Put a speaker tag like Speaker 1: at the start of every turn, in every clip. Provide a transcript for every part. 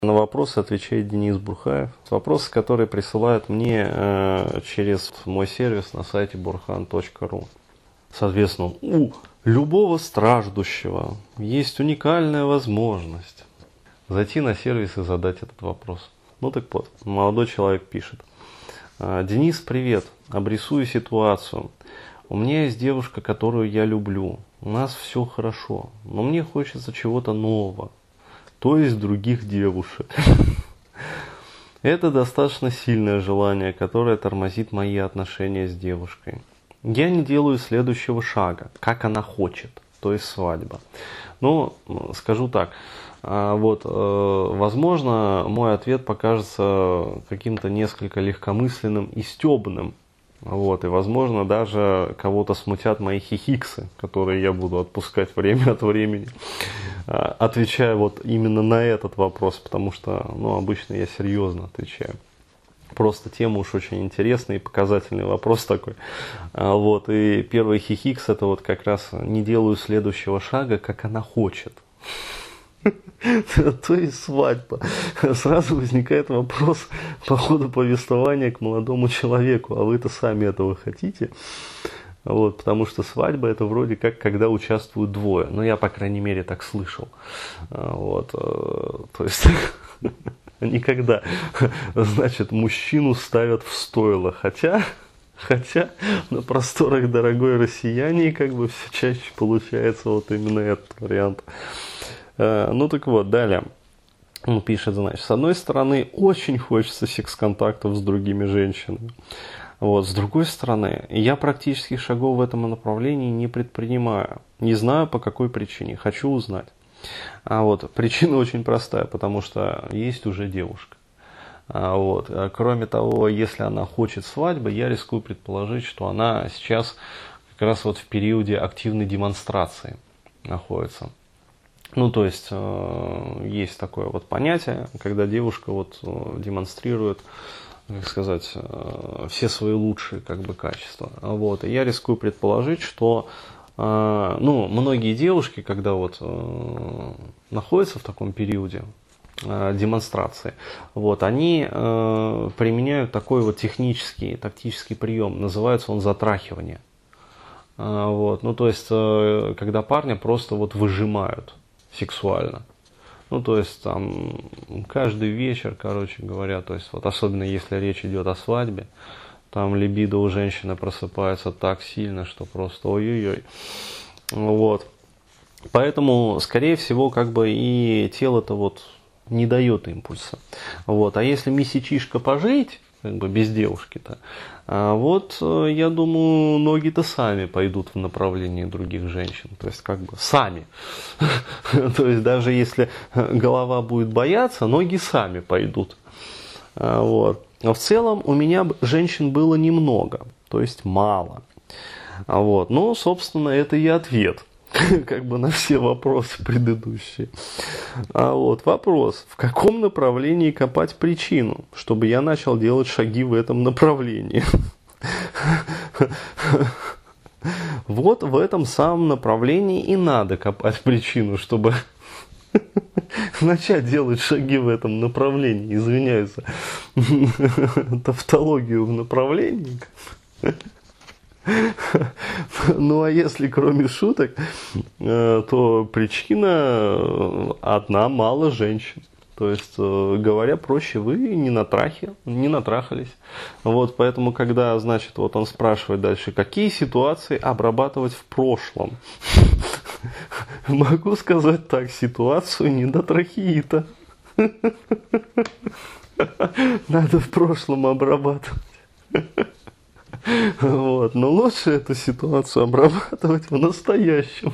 Speaker 1: На вопросы отвечает Денис Бурхаев. Вопросы, которые присылают мне через мой сервис на сайте burhan.ru. Соответственно, у любого страждущего есть уникальная возможность зайти на сервис и задать этот вопрос. Ну так вот, молодой человек пишет. Денис, привет. Обрисую ситуацию. У меня есть девушка, которую я люблю. У нас все хорошо, но мне хочется чего-то нового. То есть других девушек. Это достаточно сильное желание, которое тормозит мои отношения с девушкой. Я не делаю следующего шага, как она хочет, то есть свадьба. Но скажу так, возможно, мой ответ покажется каким-то несколько легкомысленным и стёбным. И, возможно, даже кого-то смутят мои хихиксы, которые я буду отпускать время от времени, отвечая именно на этот вопрос, потому что, обычно я серьезно отвечаю. Просто тема уж очень интересная и показательный вопрос такой. И первый хихикс это как раз не делаю следующего шага, как она хочет. То есть свадьба. Сразу возникает вопрос по ходу повествования к молодому человеку. А вы-то сами этого хотите? Потому что свадьба это вроде как когда участвуют двое. Но я, по крайней мере, так слышал. То есть никогда, значит, мужчину ставят в стойло. Хотя на просторах дорогой россияне все чаще получается именно этот вариант. Далее. Он пишет, значит, с одной стороны, очень хочется секс-контактов с другими женщинами. С другой стороны, я практически шагов в этом направлении не предпринимаю. Не знаю, по какой причине. Хочу узнать. Причина очень простая, потому что есть уже девушка. Кроме того, если она хочет свадьбы, я рискую предположить, что она сейчас как раз в периоде активной демонстрации находится. То есть, есть такое понятие, когда девушка демонстрирует, как сказать, все свои лучшие качества. И я рискую предположить, что многие девушки, когда находятся в таком периоде демонстрации, они применяют такой технический, тактический прием, называется он затрахивание. То есть, когда парня просто выжимают сексуально. То есть, каждый вечер, короче говоря, то есть, особенно если речь идет о свадьбе, там либидо у женщины просыпается так сильно, что просто ой-ой-ой. Поэтому, скорее всего, и тело-то не дает импульса. А если месячишко пожить, без девушки-то, я думаю, ноги-то сами пойдут в направлении других женщин. То есть, сами. То есть, даже если голова будет бояться, ноги сами пойдут. Но в целом у меня женщин было немного, то есть мало. Собственно, это и ответ. На все вопросы предыдущие. Вопрос. В каком направлении копать причину, чтобы я начал делать шаги в этом направлении? В этом самом направлении и надо копать причину, чтобы начать делать шаги в этом направлении. Извиняюсь за тавтологию в направлении. А если кроме шуток, то причина одна: мало женщин. То есть, говоря проще, вы не натрахались. Поэтому, когда, значит, он спрашивает дальше, какие ситуации обрабатывать в прошлом? Могу сказать так: ситуацию не до трахеита. Надо в прошлом обрабатывать. Но лучше эту ситуацию обрабатывать в настоящем.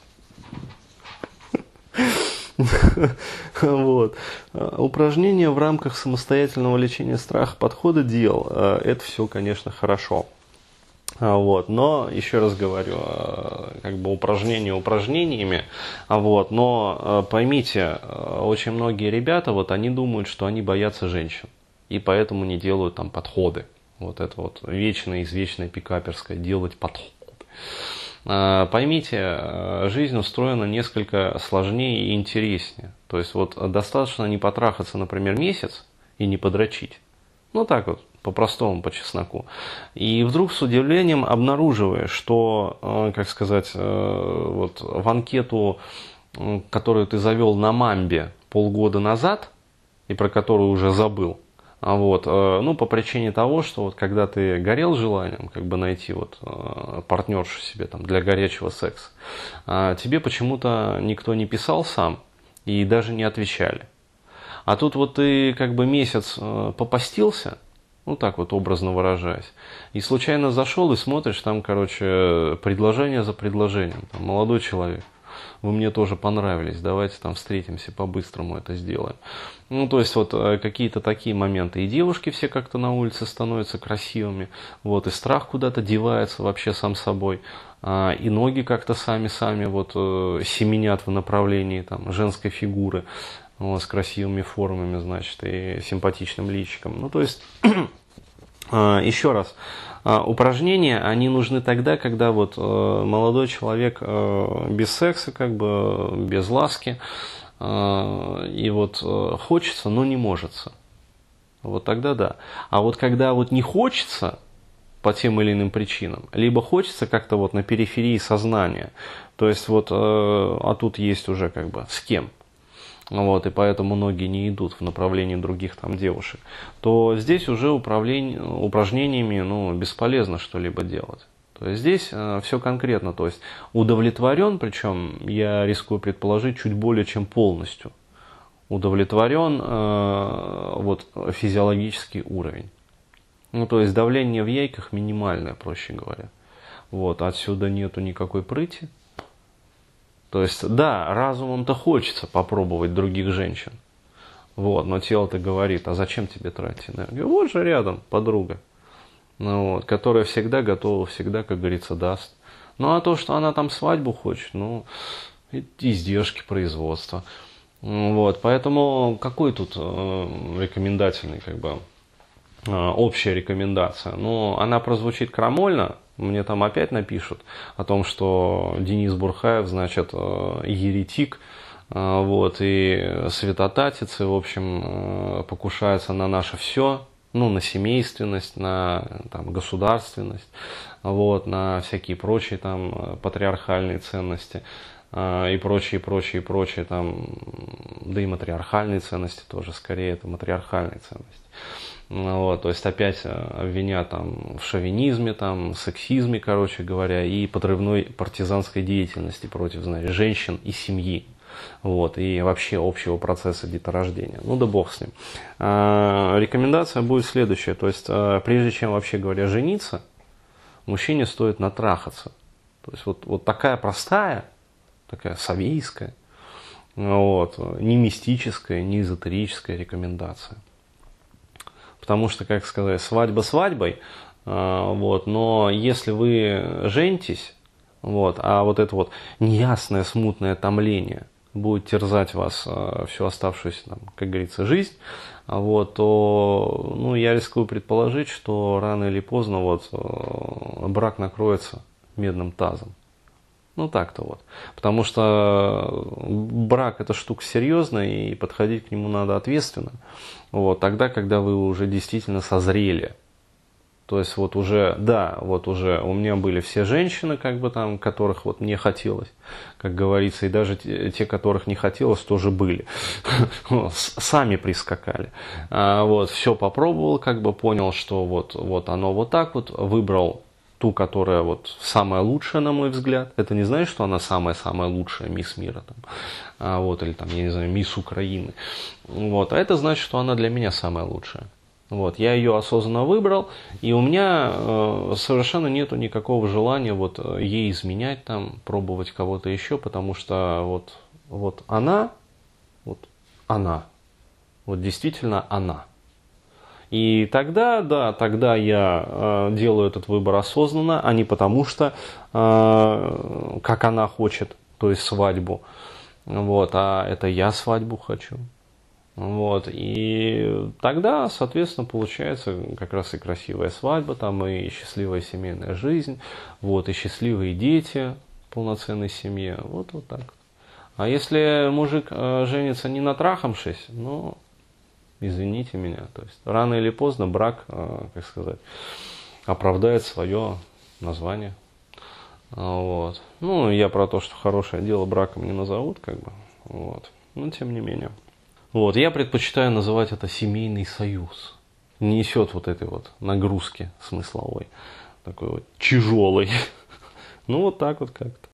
Speaker 1: Упражнения в рамках самостоятельного лечения страха, подхода, дел. Это все, конечно, хорошо. Но, еще раз говорю, упражнения упражнениями, но поймите, очень многие ребята, они думают, что они боятся женщин, и поэтому не делают подходы. Это вечное, извечное пикаперское, делать подходы. Поймите, жизнь устроена несколько сложнее и интереснее. То То есть вот достаточно не потрахаться, например, месяц и не подрочить. Ну так вот, по-простому, по чесноку. И вдруг с удивлением обнаруживаешь, что, как сказать, вот в анкету, которую ты завел на Мамбе полгода назад, и про которую уже забыл, вот, ну, по причине того, что вот когда ты горел желанием как бы найти вот партнершу себе там для горячего секса, тебе почему-то никто не писал сам и даже не отвечали. А тут вот ты как бы месяц попастился, ну так вот образно выражаясь, и случайно зашел и смотришь, там, короче, предложение за предложением. Там, молодой человек, вы мне тоже понравились, давайте там встретимся, по-быстрому это сделаем. Ну, то есть вот какие-то такие моменты. И девушки все как-то на улице становятся красивыми, вот, и страх куда-то девается вообще сам собой, и ноги как-то сами-сами вот семенят в направлении там женской фигуры, вот, с красивыми формами, значит, и симпатичным личиком. Ну, то есть, еще раз, упражнения, они нужны тогда, когда вот молодой человек без секса, как бы, без ласки, и вот хочется, но не может. Вот тогда да. А вот когда вот не хочется по тем или иным причинам, либо хочется как-то вот на периферии сознания, то есть вот, а тут есть уже как бы с кем, вот, и поэтому многие не идут в направлении других там девушек, то здесь уже упражнениями, ну, бесполезно что-либо делать. То есть здесь все конкретно, то есть удовлетворен, причем я рискую предположить, чуть более чем полностью удовлетворен вот физиологический уровень. Ну, то есть давление в яйках минимальное, проще говоря. Вот, отсюда нету никакой прыти. То есть, да, разумом-то хочется попробовать других женщин. Вот, но тело-то говорит, а зачем тебе тратить энергию? Вот же рядом подруга, ну, вот, которая всегда готова, всегда, как говорится, даст. Ну, а то, что она там свадьбу хочет, ну, издержки производства. Вот, поэтому какой тут рекомендательный, как бы, общая рекомендация? Ну, она прозвучит крамольно, мне там опять напишут о том, что Денис Бурхаев, значит, еретик, вот, и святотатец, и, в общем, покушается на наше все, ну, на семейственность, на там, государственность, вот, на всякие прочие там патриархальные ценности, и прочие там, да и матриархальные ценности тоже, скорее, это матриархальные ценности. Вот, то есть опять обвинят там, в шовинизме, там, сексизме, короче говоря, и подрывной партизанской деятельности против, знаешь, женщин и семьи. Вот, и вообще общего процесса деторождения. Ну да бог с ним. Рекомендация будет следующая. То есть, прежде чем, вообще говоря, жениться, мужчине стоит натрахаться. То есть вот такая простая, такая совейская, вот, не мистическая, не эзотерическая рекомендация. Потому что, как сказать, свадьба свадьбой, вот, но если вы женитесь, вот, а вот это вот неясное, смутное томление будет терзать вас всю оставшуюся, там, как говорится, жизнь, вот, то, ну, я рискую предположить, что рано или поздно вот, брак накроется медным тазом. Ну так-то вот. Потому что брак это штука серьезная, и подходить к нему надо ответственно. Вот, тогда, когда вы уже действительно созрели. То есть вот уже, да, вот уже у меня были все женщины, как бы там, которых вот мне хотелось, как говорится, и даже те, которых не хотелось, тоже были. Сами прискакали. Вот, все попробовал, как бы понял, что вот оно вот так вот, выбрал ту, которая вот самая лучшая, на мой взгляд. Это не значит, что она самая-самая лучшая мисс мира, там, вот, или там, я не знаю, мисс Украины. Вот, а это значит, что она для меня самая лучшая. Вот, я ее осознанно выбрал, и у меня совершенно нету никакого желания вот ей изменять, там, пробовать кого-то еще, потому что вот она, вот действительно она. И тогда, да, тогда я делаю этот выбор осознанно, а не потому что, как она хочет, то есть свадьбу, вот, а это я свадьбу хочу. Вот, и тогда, соответственно, получается как раз и красивая свадьба, там, и счастливая семейная жизнь, вот, и счастливые дети в полноценной семье, вот так. А если мужик женится не натрахавшись, ну, извините меня, то есть рано или поздно брак, как сказать, оправдает свое название. Вот. Ну, я про то, что хорошее дело браком не назовут, как бы, вот, но тем не менее. Вот, я предпочитаю называть это семейный союз. Не несет вот этой вот нагрузки смысловой, такой вот тяжелой. Ну, вот так вот как-то.